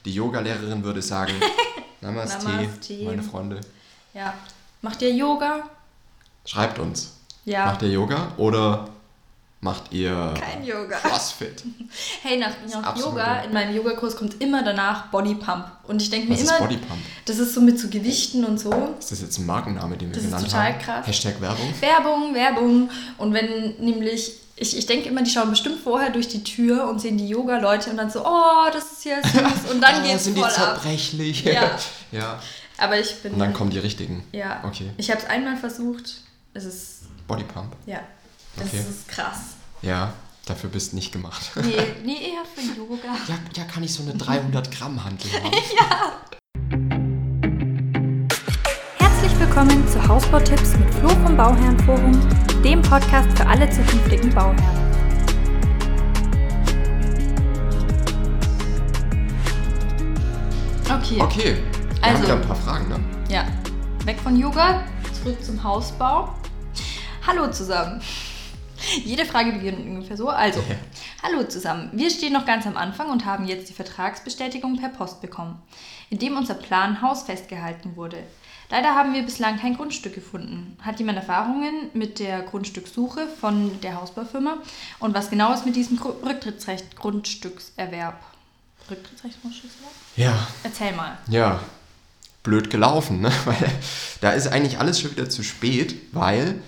Die Yoga-Lehrerin würde sagen, Namaste, meine Freunde. Ja. Macht ihr Yoga? Schreibt uns. Ja. Macht ihr Yoga oder macht ihr kein Yoga? Crossfit? Hey, nach Yoga, in meinem Yogakurs kommt immer danach Bodypump. Und ich denke mir immer, was ist Bodypump? Das ist so mit so Gewichten und so. Ist das jetzt ein Markenname, den wir genannt haben? Das ist total krass. Hashtag Werbung? Werbung. Und wenn nämlich, ich denke immer, die schauen bestimmt vorher durch die Tür und sehen die Yoga-Leute und dann so, oh, das ist ja süß. Und dann geht's sind voll die zerbrechlich. Ja. Ja. Aber ich bin... Und dann kommen die richtigen. Ja. Okay. Ich habe es einmal versucht. Es ist... Bodypump? Ja. Das ist krass. Ja, dafür bist du nicht gemacht. Nee, eher für Yoga. Ja, kann ich so eine 300 Gramm Hantel haben? Ja. Herzlich willkommen zu Hausbautipps mit Flo vom Bauherrenforum, dem Podcast für alle zukünftigen Bauherren. Okay. Wir haben wieder ein paar Fragen, ne? Ja. Weg von Yoga, zurück zum Hausbau. Hallo zusammen. Jede Frage beginnt ungefähr so. Also, hallo zusammen. Wir stehen noch ganz am Anfang und haben jetzt die Vertragsbestätigung per Post bekommen, in dem unser Planhaus festgehalten wurde. Leider haben wir bislang kein Grundstück gefunden. Hat jemand Erfahrungen mit der Grundstückssuche von der Hausbaufirma? Und was genau ist mit diesem Rücktrittsrecht-Grundstückserwerb? Rücktrittsrecht-Grundstückserwerb? Ja. Erzähl mal. Ja, blöd gelaufen, ne? Weil da ist eigentlich alles schon wieder zu spät, weil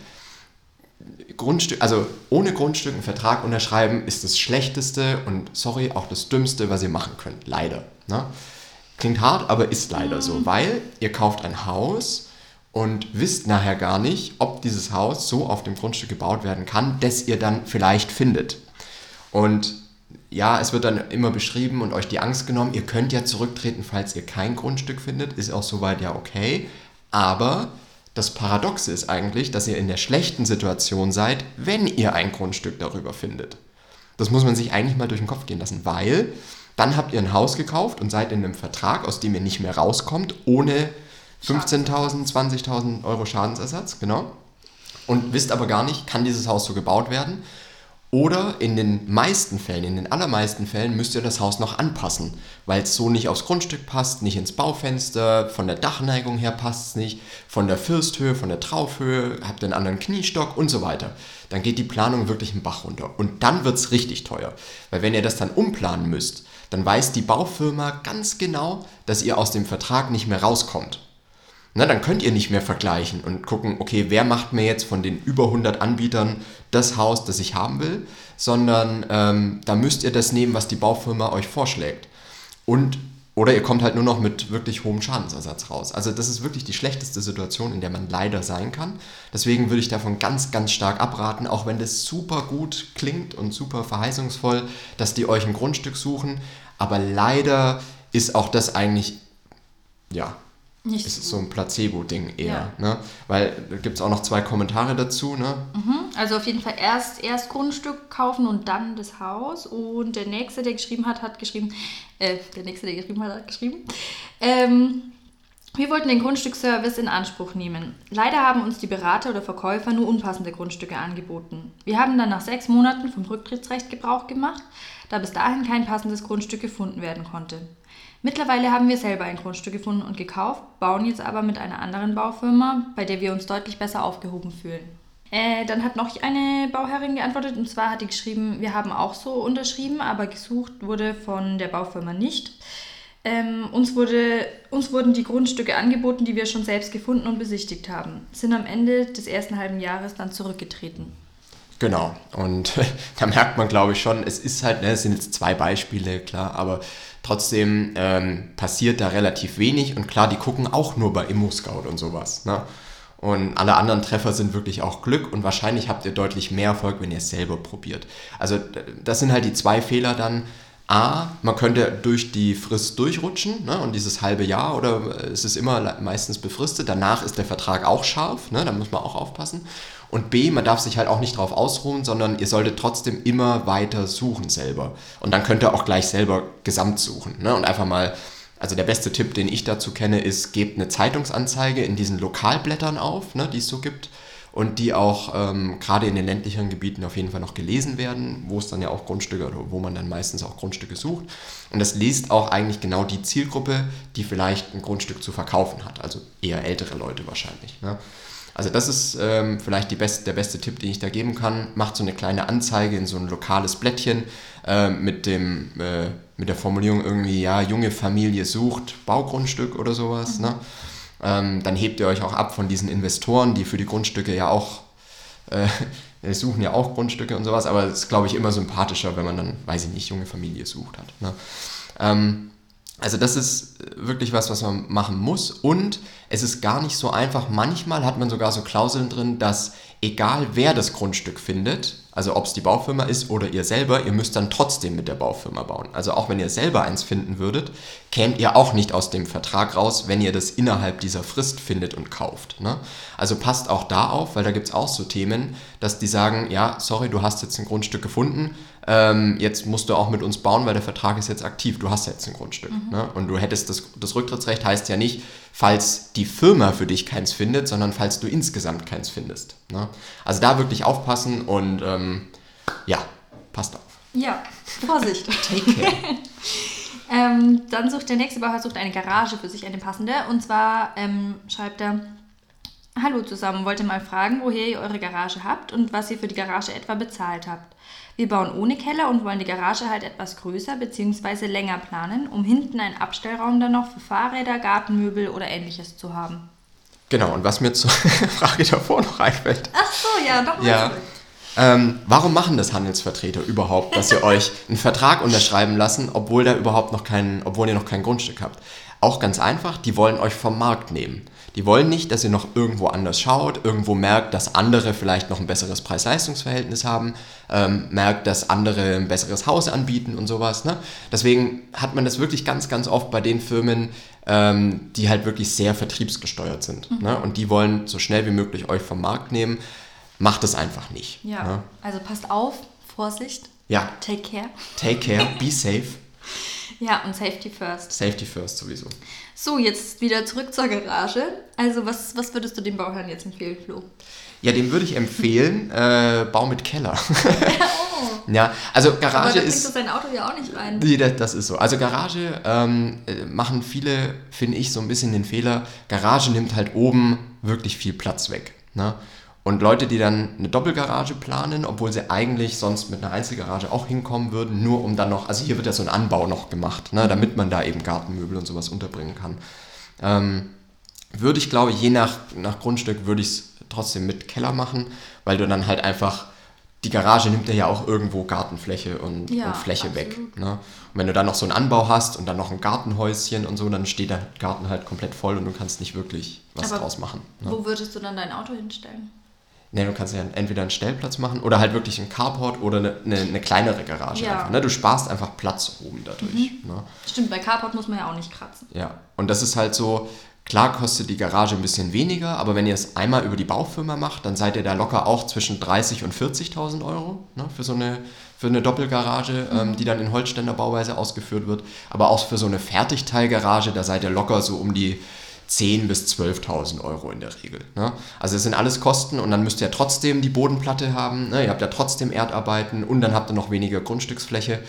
ohne Grundstück einen Vertrag unterschreiben ist das Schlechteste und auch das Dümmste, was ihr machen könnt. Leider. Ne? Klingt hart, aber ist leider so, weil ihr kauft ein Haus und wisst nachher gar nicht, ob dieses Haus so auf dem Grundstück gebaut werden kann, das ihr dann vielleicht findet. Und ja, es wird dann immer beschrieben und euch die Angst genommen, ihr könnt ja zurücktreten, falls ihr kein Grundstück findet, ist auch soweit ja okay, aber das Paradoxe ist eigentlich, dass ihr in der schlechten Situation seid, wenn ihr ein Grundstück darüber findet. Das muss man sich eigentlich mal durch den Kopf gehen lassen, weil dann habt ihr ein Haus gekauft und seid in einem Vertrag, aus dem ihr nicht mehr rauskommt, ohne 15.000, 20.000 Euro Schadensersatz, genau. Und wisst aber gar nicht, kann dieses Haus so gebaut werden? Oder in den allermeisten Fällen müsst ihr das Haus noch anpassen, weil es so nicht aufs Grundstück passt, nicht ins Baufenster, von der Dachneigung her passt es nicht, von der Firsthöhe, von der Traufhöhe, habt ihr einen anderen Kniestock und so weiter. Dann geht die Planung wirklich einen Bach runter und dann wird es richtig teuer, weil wenn ihr das dann umplanen müsst, dann weiß die Baufirma ganz genau, dass ihr aus dem Vertrag nicht mehr rauskommt. Na, dann könnt ihr nicht mehr vergleichen und gucken, okay, wer macht mir jetzt von den über 100 Anbietern das Haus, das ich haben will, sondern da müsst ihr das nehmen, was die Baufirma euch vorschlägt. Oder ihr kommt halt nur noch mit wirklich hohem Schadensersatz raus. Also das ist wirklich die schlechteste Situation, in der man leider sein kann. Deswegen würde ich davon ganz, ganz stark abraten, auch wenn das super gut klingt und super verheißungsvoll, dass die euch ein Grundstück suchen. Aber leider ist auch das eigentlich, ja, es ist so ein Placebo-Ding eher, ja. Ne? Weil da gibt es auch noch 2 Kommentare dazu. Ne? Also auf jeden Fall erst Grundstück kaufen und dann das Haus. Und der Nächste, der geschrieben hat geschrieben, wir wollten den Grundstücksservice in Anspruch nehmen. Leider haben uns die Berater oder Verkäufer nur unpassende Grundstücke angeboten. Wir haben dann nach 6 Monaten vom Rücktrittsrecht Gebrauch gemacht, da bis dahin kein passendes Grundstück gefunden werden konnte. Mittlerweile haben wir selber ein Grundstück gefunden und gekauft, bauen jetzt aber mit einer anderen Baufirma, bei der wir uns deutlich besser aufgehoben fühlen. Dann hat noch eine Bauherrin geantwortet, und zwar hat die geschrieben, wir haben auch so unterschrieben, aber gesucht wurde von der Baufirma nicht. Uns wurden die Grundstücke angeboten, die wir schon selbst gefunden und besichtigt haben, sind am Ende des ersten halben Jahres dann zurückgetreten. Genau, und da merkt man, glaube ich, schon, es ist halt, es sind jetzt 2 Beispiele, klar, aber trotzdem passiert da relativ wenig und klar, die gucken auch nur bei ImmoScout und sowas, ne? Und alle anderen Treffer sind wirklich auch Glück und wahrscheinlich habt ihr deutlich mehr Erfolg, wenn ihr es selber probiert. Also das sind halt die 2 Fehler dann. A, man könnte durch die Frist durchrutschen, ne? Und dieses halbe Jahr oder es ist immer meistens befristet, danach ist der Vertrag auch scharf, ne? Da muss man auch aufpassen. Und B, man darf sich halt auch nicht drauf ausruhen, sondern ihr solltet trotzdem immer weiter suchen selber. Und dann könnt ihr auch gleich selber gesamt suchen, ne? Und einfach mal, also der beste Tipp, den ich dazu kenne, ist, gebt eine Zeitungsanzeige in diesen Lokalblättern auf, ne, die es so gibt. und die auch gerade in den ländlicheren Gebieten auf jeden Fall noch gelesen werden, wo es dann ja auch Grundstücke oder wo man dann meistens auch Grundstücke sucht. Und das liest auch eigentlich genau die Zielgruppe, die vielleicht ein Grundstück zu verkaufen hat, also eher ältere Leute wahrscheinlich. Ne? Also das ist vielleicht der beste Tipp, den ich da geben kann. Macht so eine kleine Anzeige in so ein lokales Blättchen mit der Formulierung irgendwie, ja, junge Familie sucht Baugrundstück oder sowas. Ne? Dann hebt ihr euch auch ab von diesen Investoren, die für die Grundstücke ja auch suchen ja auch Grundstücke und sowas, aber es ist, glaube ich, immer sympathischer, wenn man dann, weiß ich nicht, junge Familie sucht hat. Ne? Also das ist wirklich was man machen muss, und es ist gar nicht so einfach. Manchmal hat man sogar so Klauseln drin, dass egal wer das Grundstück findet, also ob es die Baufirma ist oder ihr selber, ihr müsst dann trotzdem mit der Baufirma bauen. Also auch wenn ihr selber eins finden würdet, kämt ihr auch nicht aus dem Vertrag raus, wenn ihr das innerhalb dieser Frist findet und kauft. Ne? Also passt auch da auf, weil da gibt es auch so Themen, dass die sagen, ja, sorry, du hast jetzt ein Grundstück gefunden, jetzt musst du auch mit uns bauen, weil der Vertrag ist jetzt aktiv, du hast jetzt ein Grundstück. Ne? Und du hättest das Rücktrittsrecht heißt ja nicht, falls die Firma für dich keins findet, sondern falls du insgesamt keins findest. Ne? Also da wirklich aufpassen und ja, passt auf. Ja, Vorsicht. Take care. Dann sucht der nächste Bauherr eine Garage für sich, eine passende. Und zwar schreibt er: Hallo zusammen, wollte mal fragen, woher ihr eure Garage habt und was ihr für die Garage etwa bezahlt habt. Wir bauen ohne Keller und wollen die Garage halt etwas größer bzw. länger planen, um hinten einen Abstellraum dann noch für Fahrräder, Gartenmöbel oder ähnliches zu haben. Genau, und was mir zur Frage davor noch einfällt. Ach so, ja, doch mal Ja. zurück. Warum machen das Handelsvertreter überhaupt, dass ihr euch einen Vertrag unterschreiben lassen, obwohl ihr noch kein Grundstück habt? Auch ganz einfach, die wollen euch vom Markt nehmen. Die wollen nicht, dass ihr noch irgendwo anders schaut, irgendwo merkt, dass andere vielleicht noch ein besseres Preis-Leistungs-Verhältnis haben, merkt, dass andere ein besseres Haus anbieten und sowas. Ne? Deswegen hat man das wirklich ganz, ganz oft bei den Firmen, die halt wirklich sehr vertriebsgesteuert sind. Ne? Und die wollen so schnell wie möglich euch vom Markt nehmen. Macht es einfach nicht. Ja, Ne? also passt auf, Vorsicht, Ja, take care. take care, be safe. Ja, und Safety first. Safety first sowieso. So, jetzt wieder zurück zur Garage. Also was würdest du dem Bauherrn jetzt empfehlen, Flo? Ja, dem würde ich empfehlen, Bau mit Keller. Oh. Ja, also Aber Garage da kriegst du ist... sein Auto ja auch nicht rein. Nee, das ist so. Also Garage machen viele, finde ich, so ein bisschen den Fehler. Garage nimmt halt oben wirklich viel Platz weg. Ne? Und Leute, die dann eine Doppelgarage planen, obwohl sie eigentlich sonst mit einer Einzelgarage auch hinkommen würden, nur um dann noch, also hier wird ja so ein Anbau noch gemacht, ne, damit man da eben Gartenmöbel und sowas unterbringen kann. Würde ich, glaube ich, je nach Grundstück würde ich es trotzdem mit Keller machen, weil du dann halt einfach, die Garage nimmt ja auch irgendwo Gartenfläche und Fläche weg. Ne? Und wenn du dann noch so einen Anbau hast und dann noch ein Gartenhäuschen und so, dann steht der Garten halt komplett voll und du kannst nicht wirklich was draus machen. Ne? Wo würdest du dann dein Auto hinstellen? Ne, du kannst ja entweder einen Stellplatz machen oder halt wirklich einen Carport oder eine kleinere Garage. Ja. Einfach, ne? Du sparst einfach Platz oben dadurch. Ne? Stimmt, bei Carport muss man ja auch nicht kratzen. Ja, und das ist halt so, klar kostet die Garage ein bisschen weniger, aber wenn ihr es einmal über die Baufirma macht, dann seid ihr da locker auch zwischen 30.000 und 40.000 Euro, ne? Für eine Doppelgarage, die dann in Holzständer Bauweise ausgeführt wird. Aber auch für so eine Fertigteilgarage, da seid ihr locker so um die 10.000 bis 12.000 Euro in der Regel. Ne? Also das sind alles Kosten und dann müsst ihr ja trotzdem die Bodenplatte haben, ne? Ihr habt ja trotzdem Erdarbeiten und dann habt ihr noch weniger Grundstücksfläche.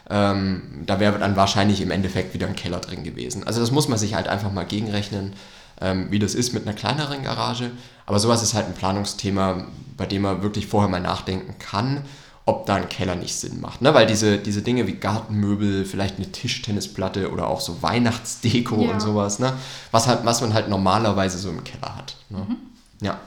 Da wäre dann wahrscheinlich im Endeffekt wieder ein Keller drin gewesen. Also das muss man sich halt einfach mal gegenrechnen, wie das ist mit einer kleineren Garage. Aber sowas ist halt ein Planungsthema, bei dem man wirklich vorher mal nachdenken kann, ob da ein Keller nicht Sinn macht. Ne? Weil diese Dinge wie Gartenmöbel, vielleicht eine Tischtennisplatte oder auch so Weihnachtsdeko und sowas, ne? Was man halt normalerweise so im Keller hat. Ne? Ja.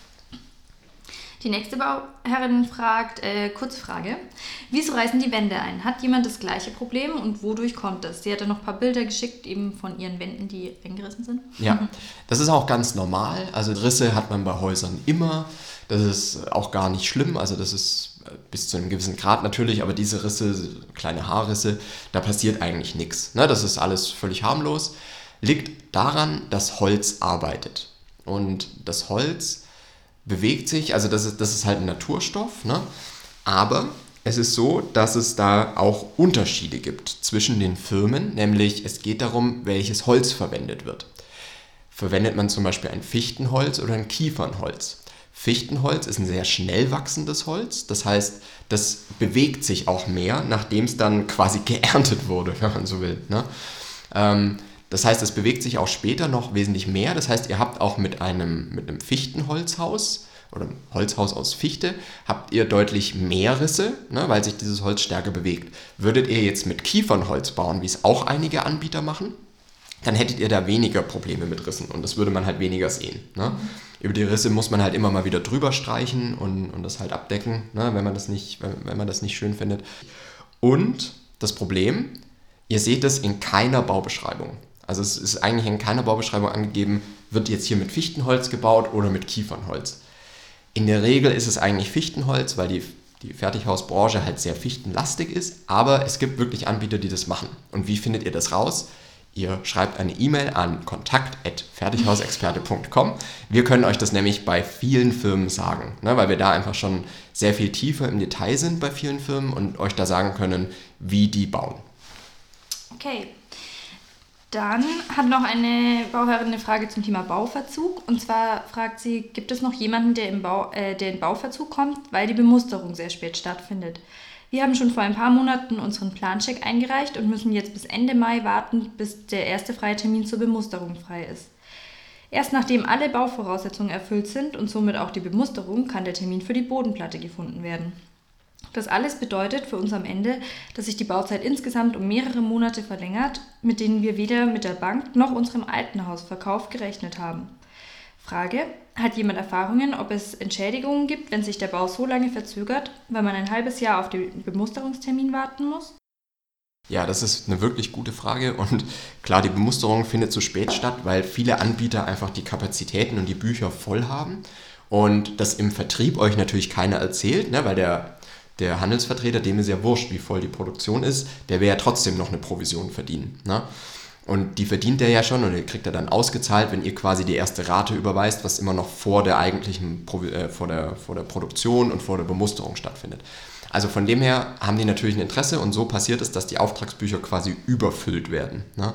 Die nächste Bauherrin fragt, Kurzfrage: Wieso reißen die Wände ein? Hat jemand das gleiche Problem und wodurch kommt das? Sie hatte noch ein paar Bilder geschickt, eben von ihren Wänden, die eingerissen sind. Ja, das ist auch ganz normal. Also Risse hat man bei Häusern immer. Das ist auch gar nicht schlimm. Also das ist bis zu einem gewissen Grad natürlich, aber diese Risse, kleine Haarrisse, da passiert eigentlich nichts. Ne? Das ist alles völlig harmlos. Liegt daran, dass Holz arbeitet. Und das Holz bewegt sich, also das ist halt ein Naturstoff, ne? Aber es ist so, dass es da auch Unterschiede gibt zwischen den Firmen, nämlich es geht darum, welches Holz verwendet wird. Verwendet man zum Beispiel ein Fichtenholz oder ein Kiefernholz? Fichtenholz ist ein sehr schnell wachsendes Holz. Das heißt, das bewegt sich auch mehr, nachdem es dann quasi geerntet wurde, wenn man so will. Ne? Das heißt, es bewegt sich auch später noch wesentlich mehr. Das heißt, ihr habt auch mit einem Fichtenholzhaus oder einem Holzhaus aus Fichte, habt ihr deutlich mehr Risse, ne, weil sich dieses Holz stärker bewegt. Würdet ihr jetzt mit Kiefernholz bauen, wie es auch einige Anbieter machen, dann hättet ihr da weniger Probleme mit Rissen und das würde man halt weniger sehen. Ne? Über die Risse muss man halt immer mal wieder drüber streichen und das halt abdecken, ne, wenn man das nicht schön findet. Und das Problem, ihr seht es in keiner Baubeschreibung. Also es ist eigentlich in keiner Baubeschreibung angegeben, wird jetzt hier mit Fichtenholz gebaut oder mit Kiefernholz. In der Regel ist es eigentlich Fichtenholz, weil die Fertighausbranche halt sehr fichtenlastig ist, aber es gibt wirklich Anbieter, die das machen. Und wie findet ihr das raus? Ihr schreibt eine E-Mail an kontakt@fertighausexperte.com. Wir können euch das nämlich bei vielen Firmen sagen, ne, weil wir da einfach schon sehr viel tiefer im Detail sind bei vielen Firmen und euch da sagen können, wie die bauen. Okay. Dann hat noch eine Bauherrin eine Frage zum Thema Bauverzug. Und zwar fragt sie, gibt es noch jemanden, der in Bauverzug kommt, weil die Bemusterung sehr spät stattfindet? Wir haben schon vor ein paar Monaten unseren Plancheck eingereicht und müssen jetzt bis Ende Mai warten, bis der erste freie Termin zur Bemusterung frei ist. Erst nachdem alle Bauvoraussetzungen erfüllt sind und somit auch die Bemusterung, kann der Termin für die Bodenplatte gefunden werden. Das alles bedeutet für uns am Ende, dass sich die Bauzeit insgesamt um mehrere Monate verlängert, mit denen wir weder mit der Bank noch unserem alten Hausverkauf gerechnet haben. Frage: Hat jemand Erfahrungen, ob es Entschädigungen gibt, wenn sich der Bau so lange verzögert, weil man ein halbes Jahr auf den Bemusterungstermin warten muss? Ja, das ist eine wirklich gute Frage und klar, die Bemusterung findet zu spät statt, weil viele Anbieter einfach die Kapazitäten und die Bücher voll haben und das im Vertrieb euch natürlich keiner erzählt, ne, weil der Handelsvertreter, dem ist ja wurscht, wie voll die Produktion ist, der will ja trotzdem noch eine Provision verdienen. Ne? Und die verdient er ja schon und die kriegt er dann ausgezahlt, wenn ihr quasi die erste Rate überweist, was immer noch vor der eigentlichen vor der Produktion und vor der Bemusterung stattfindet. Also von dem her haben die natürlich ein Interesse und so passiert es, dass die Auftragsbücher quasi überfüllt werden. Ne?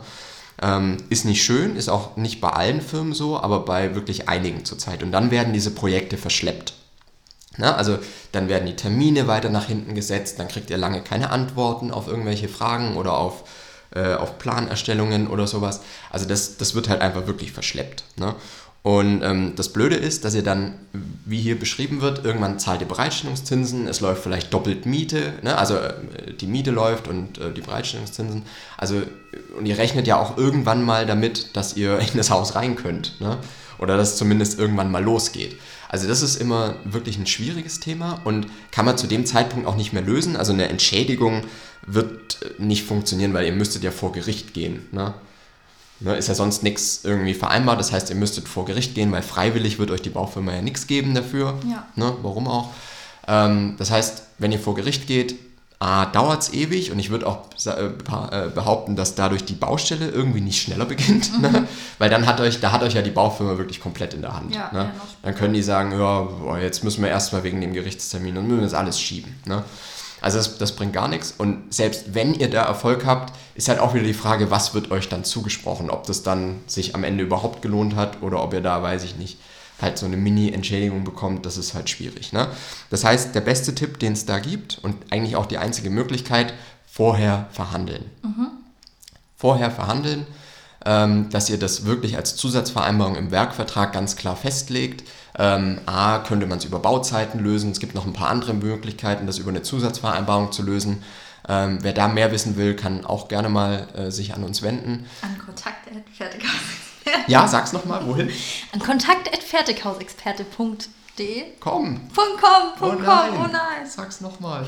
Ist nicht schön, ist auch nicht bei allen Firmen so, aber bei wirklich einigen zurzeit. Und dann werden diese Projekte verschleppt. Na, also dann werden die Termine weiter nach hinten gesetzt, dann kriegt ihr lange keine Antworten auf irgendwelche Fragen oder auf Planerstellungen oder sowas. Also das wird halt einfach wirklich verschleppt. Ne? Und das Blöde ist, dass ihr dann, wie hier beschrieben wird, irgendwann zahlt ihr Bereitstellungszinsen, es läuft vielleicht doppelt Miete, ne? Also die Miete läuft und die Bereitstellungszinsen. Also, und ihr rechnet ja auch irgendwann mal damit, dass ihr in das Haus rein könnt, ne? Oder dass es zumindest irgendwann mal losgeht. Also das ist immer wirklich ein schwieriges Thema und kann man zu dem Zeitpunkt auch nicht mehr lösen. Also eine Entschädigung wird nicht funktionieren, weil ihr müsstet ja vor Gericht gehen. Ne? Ist ja sonst nichts irgendwie vereinbart. Das heißt, ihr müsstet vor Gericht gehen, weil freiwillig wird euch die Baufirma ja nichts geben dafür. Ja. Ne? Warum auch? Das heißt, wenn ihr vor Gericht geht, dauert es ewig und ich würde auch behaupten, dass dadurch die Baustelle irgendwie nicht schneller beginnt, ne? Weil dann hat euch ja die Baufirma wirklich komplett in der Hand. Ja, ne? Dann können die sagen, ja, jetzt müssen wir erstmal wegen dem Gerichtstermin und müssen das alles schieben. Ne? Also das bringt gar nichts und selbst wenn ihr da Erfolg habt, ist halt auch wieder die Frage, was wird euch dann zugesprochen, ob das dann sich am Ende überhaupt gelohnt hat oder ob ihr da, weiß ich nicht, halt so eine Mini-Entschädigung bekommt, das ist halt schwierig. Ne? Das heißt, der beste Tipp, den es da gibt und eigentlich auch die einzige Möglichkeit, vorher verhandeln. Vorher verhandeln, dass ihr das wirklich als Zusatzvereinbarung im Werkvertrag ganz klar festlegt. Könnte man es über Bauzeiten lösen, es gibt noch ein paar andere Möglichkeiten, das über eine Zusatzvereinbarung zu lösen. Wer da mehr wissen will, kann auch gerne mal sich an uns wenden. An kontakt@fertighausexperte. Ja, sag's nochmal, wohin? An kontakt@fertighausexperte.de. .com. Oh nein. Sag's nochmal.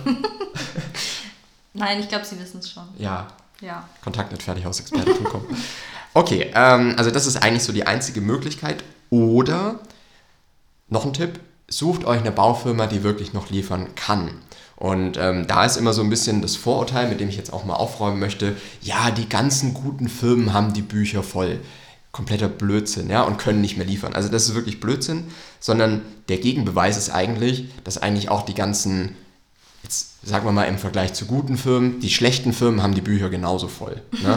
Nein, ich glaube, Sie wissen es schon. Ja. Kontakt@fertighausexperte.com. Okay, also das ist eigentlich so die einzige Möglichkeit. Oder, noch ein Tipp, sucht euch eine Baufirma, die wirklich noch liefern kann. Und da ist immer so ein bisschen das Vorurteil, mit dem ich jetzt auch mal aufräumen möchte, ja, die ganzen guten Firmen haben die Bücher voll. Kompletter Blödsinn, ja, und können nicht mehr liefern. Also das ist wirklich Blödsinn, sondern der Gegenbeweis ist eigentlich, dass eigentlich auch die ganzen, jetzt sagen wir mal im Vergleich zu guten Firmen, die schlechten Firmen haben die Bücher genauso voll. Ne?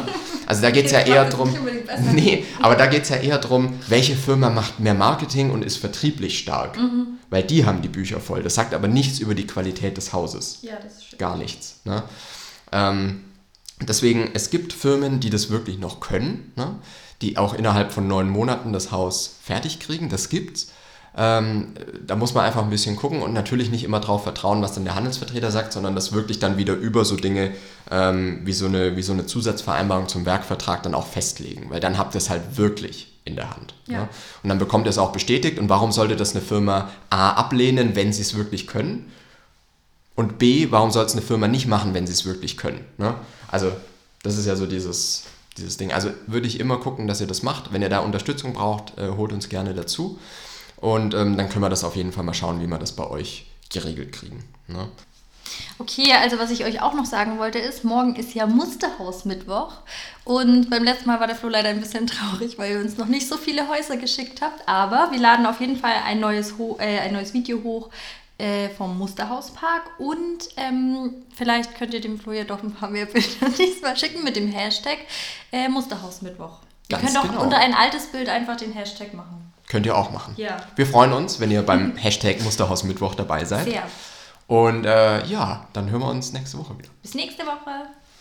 Also da geht es ja eher drum, nee, aber da geht es ja eher drum, welche Firma macht mehr Marketing und ist vertrieblich stark. Weil die haben die Bücher voll. Das sagt aber nichts über die Qualität des Hauses. Ja, das ist schön. Gar nichts. Ne? Deswegen, es gibt Firmen, die das wirklich noch können, ne? Die auch innerhalb von 9 Monaten das Haus fertig kriegen. Das gibt's. Da muss man einfach ein bisschen gucken und natürlich nicht immer darauf vertrauen, was dann der Handelsvertreter sagt, sondern das wirklich dann wieder über so Dinge wie so eine Zusatzvereinbarung zum Werkvertrag dann auch festlegen, weil dann habt ihr es halt wirklich in der Hand. Ja. Ne? Und dann bekommt ihr es auch bestätigt. Und warum sollte das eine Firma A ablehnen, wenn sie es wirklich können? Und B, warum soll es eine Firma nicht machen, wenn sie es wirklich können? Ne? Also das ist ja so dieses Ding. Also würde ich immer gucken, dass ihr das macht. Wenn ihr da Unterstützung braucht, holt uns gerne dazu. Und dann können wir das auf jeden Fall mal schauen, wie wir das bei euch geregelt kriegen. Ne? Okay, also was ich euch auch noch sagen wollte ist, morgen ist ja Musterhaus-Mittwoch und beim letzten Mal war der Flo leider ein bisschen traurig, weil ihr uns noch nicht so viele Häuser geschickt habt, aber wir laden auf jeden Fall ein neues Video hoch vom Musterhauspark und vielleicht könnt ihr dem Flo ja doch ein paar mehr Bilder diesmal schicken mit dem Hashtag Musterhaus-Mittwoch. Ihr könnt auch unter ein altes Bild einfach den Hashtag machen. Könnt ihr auch machen. Ja. Wir freuen uns, wenn ihr beim Hashtag Musterhaus-Mittwoch dabei seid. Sehr. Und dann hören wir uns nächste Woche wieder. Bis nächste Woche.